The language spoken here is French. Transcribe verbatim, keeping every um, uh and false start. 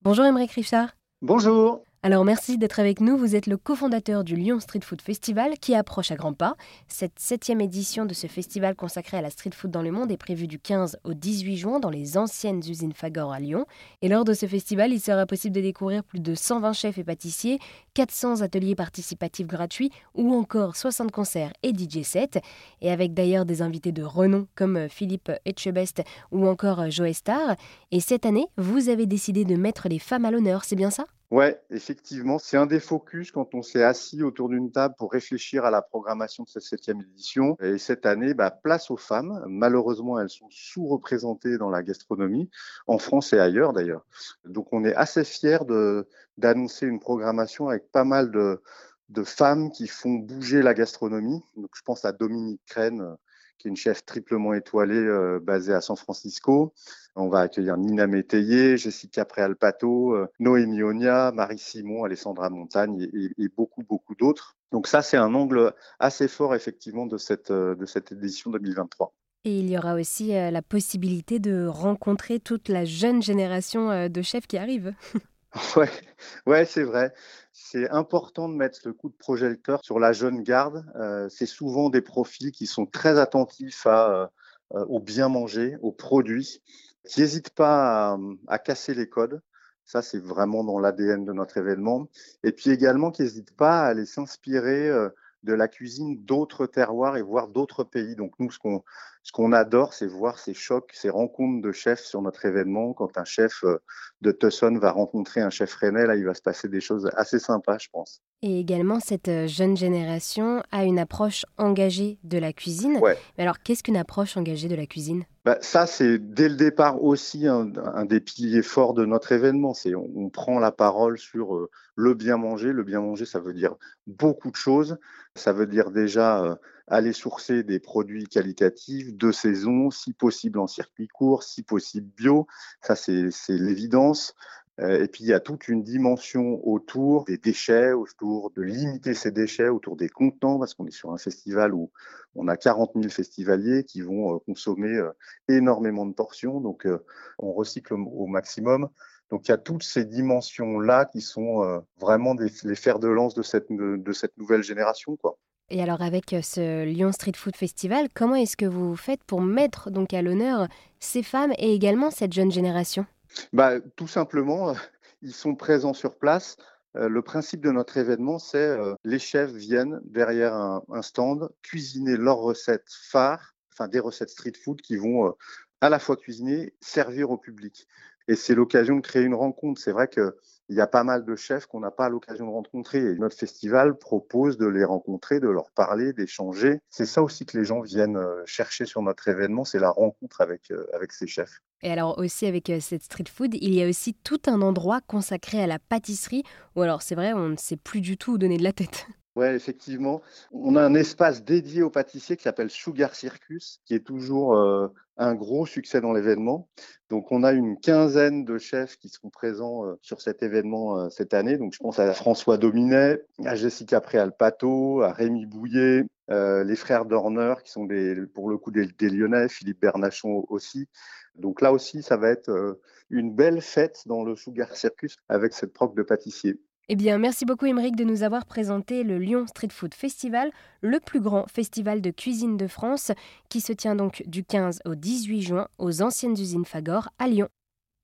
Bonjour Aymeric Richard. Bonjour. Alors merci d'être avec nous, vous êtes le cofondateur du Lyon Street Food Festival qui approche à grands pas. Cette septième édition de ce festival consacré à la street food dans le monde est prévue du quinze au dix-huit juin dans les anciennes usines Fagor à Lyon. Et lors de ce festival, il sera possible de découvrir plus de cent vingt chefs et pâtissiers, quatre cents ateliers participatifs gratuits ou encore soixante concerts et D J sets. Et avec d'ailleurs des invités de renom comme Philippe Etchebest ou encore Joe Star. Et cette année, vous avez décidé de mettre les femmes à l'honneur, c'est bien ça ? Ouais, effectivement, c'est un des focus quand on s'est assis autour d'une table pour réfléchir à la programmation de cette septième édition. Et cette année, bah, place aux femmes. Malheureusement, elles sont sous-représentées dans la gastronomie, en France et ailleurs d'ailleurs. Donc, on est assez fiers de, d'annoncer une programmation avec pas mal de, de femmes qui font bouger la gastronomie. Donc, je pense à Dominique Crène, qui est une chef triplement étoilée euh, basée à San Francisco. On va accueillir Nina Métayer, Jessica Préalpato, euh, Noémie Onia, Marie Simon, Alessandra Montagne et, et, et beaucoup, beaucoup d'autres. Donc ça, c'est un angle assez fort, effectivement, de cette, euh, de cette édition deux mille vingt-trois. Et il y aura aussi euh, la possibilité de rencontrer toute la jeune génération euh, de chefs qui arrive. Ouais, ouais, c'est vrai. C'est important de mettre le coup de projecteur sur la jeune garde. Euh, c'est souvent des profils qui sont très attentifs à, euh, au bien manger, aux produits, qui n'hésitent pas à, à casser les codes. Ça, c'est vraiment dans l'A D N de notre événement. Et puis également qui n'hésitent pas à aller s'inspirer euh, de la cuisine d'autres terroirs et voire d'autres pays. Donc nous, ce qu'on ce qu'on adore, c'est voir ces chocs, ces rencontres de chefs sur notre événement. Quand un chef euh, de Tucson va rencontrer un chef rennais, là, il va se passer des choses assez sympas, je pense. Et également, cette euh, jeune génération a une approche engagée de la cuisine. Ouais. Mais alors, qu'est-ce qu'une approche engagée de la cuisine ? Bah, ça, c'est dès le départ aussi un, un des piliers forts de notre événement. C'est on, on prend la parole sur euh, le bien manger. Le bien manger, ça veut dire beaucoup de choses. Ça veut dire déjà euh, aller sourcer des produits qualitatifs, de saison, si possible en circuit court, si possible bio. Ça, c'est, c'est l'évidence. Euh, et puis, il y a toute une dimension autour des déchets, autour de limiter ces déchets, autour des contenants, parce qu'on est sur un festival où on a quarante mille festivaliers qui vont euh, consommer euh, énormément de portions, donc euh, on recycle au, au maximum. Donc il y a toutes ces dimensions-là qui sont euh, vraiment des, les fers de lance de cette, de, de cette nouvelle génération, quoi. Et alors, avec euh, ce Lyon Street Food Festival, comment est-ce que vous faites pour mettre donc à l'honneur ces femmes et également cette jeune génération ? Bah, tout simplement, euh, ils sont présents sur place. Euh, le principe de notre événement, c'est euh, les chefs viennent derrière un, un stand cuisiner leurs recettes phares, enfin des recettes street food qui vont euh, à la fois cuisiner, servir au public. Et c'est l'occasion de créer une rencontre. C'est vrai qu'il y a pas mal de chefs qu'on n'a pas l'occasion de rencontrer. Et notre festival propose de les rencontrer, de leur parler, d'échanger. C'est ça aussi que les gens viennent euh, chercher sur notre événement, c'est la rencontre avec, euh, avec ces chefs. Et alors aussi avec euh, cette street food, il y a aussi tout un endroit consacré à la pâtisserie, ou alors c'est vrai, on ne sait plus du tout où donner de la tête. Ouais, effectivement. On a un espace dédié aux pâtissiers qui s'appelle Sugar Circus, qui est toujours euh, un gros succès dans l'événement. Donc, on a une quinzaine de chefs qui seront présents euh, sur cet événement euh, cette année. Donc, je pense à François Dominet, à Jessica Préalpato, à Rémi Bouillet, euh, les frères Dorner, qui sont des, pour le coup des, des Lyonnais, Philippe Bernachon aussi. Donc là aussi, ça va être euh, une belle fête dans le Sugar Circus avec cette proc de pâtissier. Eh bien, merci beaucoup Aymeric de nous avoir présenté le Lyon Street Food Festival, le plus grand festival de cuisine de France, qui se tient donc du quinze au dix-huit juin aux anciennes usines Fagor à Lyon.